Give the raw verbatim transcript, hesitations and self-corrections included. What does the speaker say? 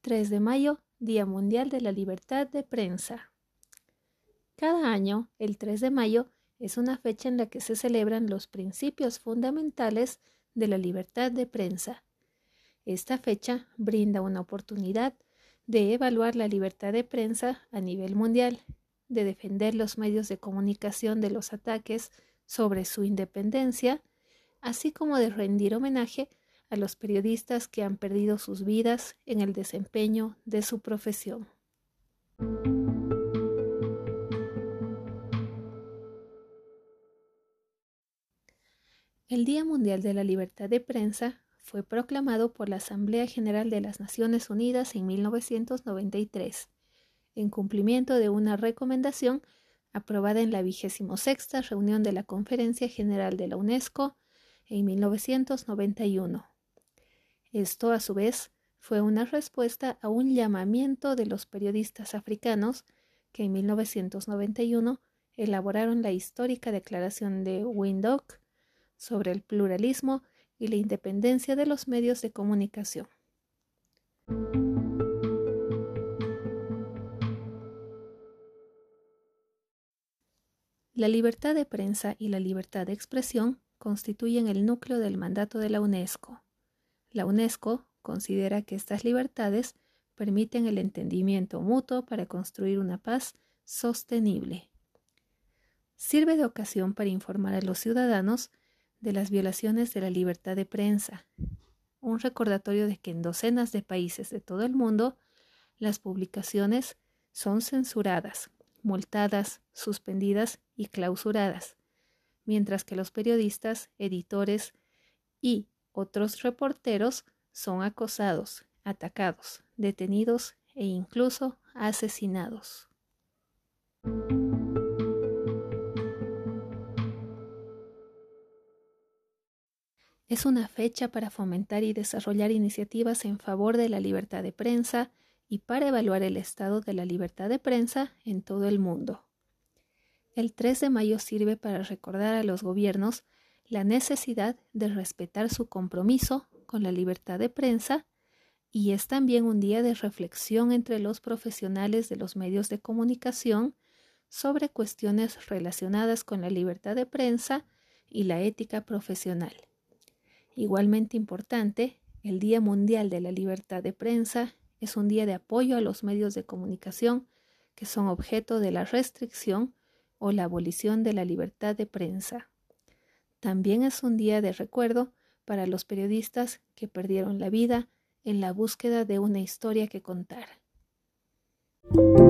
tres de mayo, Día Mundial de la Libertad de Prensa. Cada año, el tres de mayo, es una fecha en la que se celebran los principios fundamentales de la libertad de prensa. Esta fecha brinda una oportunidad de evaluar la libertad de prensa a nivel mundial, de defender los medios de comunicación de los ataques sobre su independencia, así como de rendir homenaje a los periodistas que han perdido sus vidas en el desempeño de su profesión. El Día Mundial de la Libertad de Prensa fue proclamado por la Asamblea General de las Naciones Unidas en mil novecientos noventa y tres, en cumplimiento de una recomendación aprobada en la vigésimo sexta reunión de la Conferencia General de la UNESCO en mil novecientos noventa y uno. Esto, a su vez, fue una respuesta a un llamamiento de los periodistas africanos que en mil novecientos noventa y uno elaboraron la histórica Declaración de Windhoek sobre el pluralismo y la independencia de los medios de comunicación. La libertad de prensa y la libertad de expresión constituyen el núcleo del mandato de la UNESCO. La UNESCO considera que estas libertades permiten el entendimiento mutuo para construir una paz sostenible. Sirve de ocasión para informar a los ciudadanos de las violaciones de la libertad de prensa, un recordatorio de que en docenas de países de todo el mundo las publicaciones son censuradas, multadas, suspendidas y clausuradas, mientras que los periodistas, editores y otros reporteros son acosados, atacados, detenidos e incluso asesinados. Es una fecha para fomentar y desarrollar iniciativas en favor de la libertad de prensa y para evaluar el estado de la libertad de prensa en todo el mundo. El tres de mayo sirve para recordar a los gobiernos la necesidad de respetar su compromiso con la libertad de prensa y es también un día de reflexión entre los profesionales de los medios de comunicación sobre cuestiones relacionadas con la libertad de prensa y la ética profesional. Igualmente importante, el Día Mundial de la Libertad de Prensa es un día de apoyo a los medios de comunicación que son objeto de la restricción o la abolición de la libertad de prensa. También es un día de recuerdo para los periodistas que perdieron la vida en la búsqueda de una historia que contar.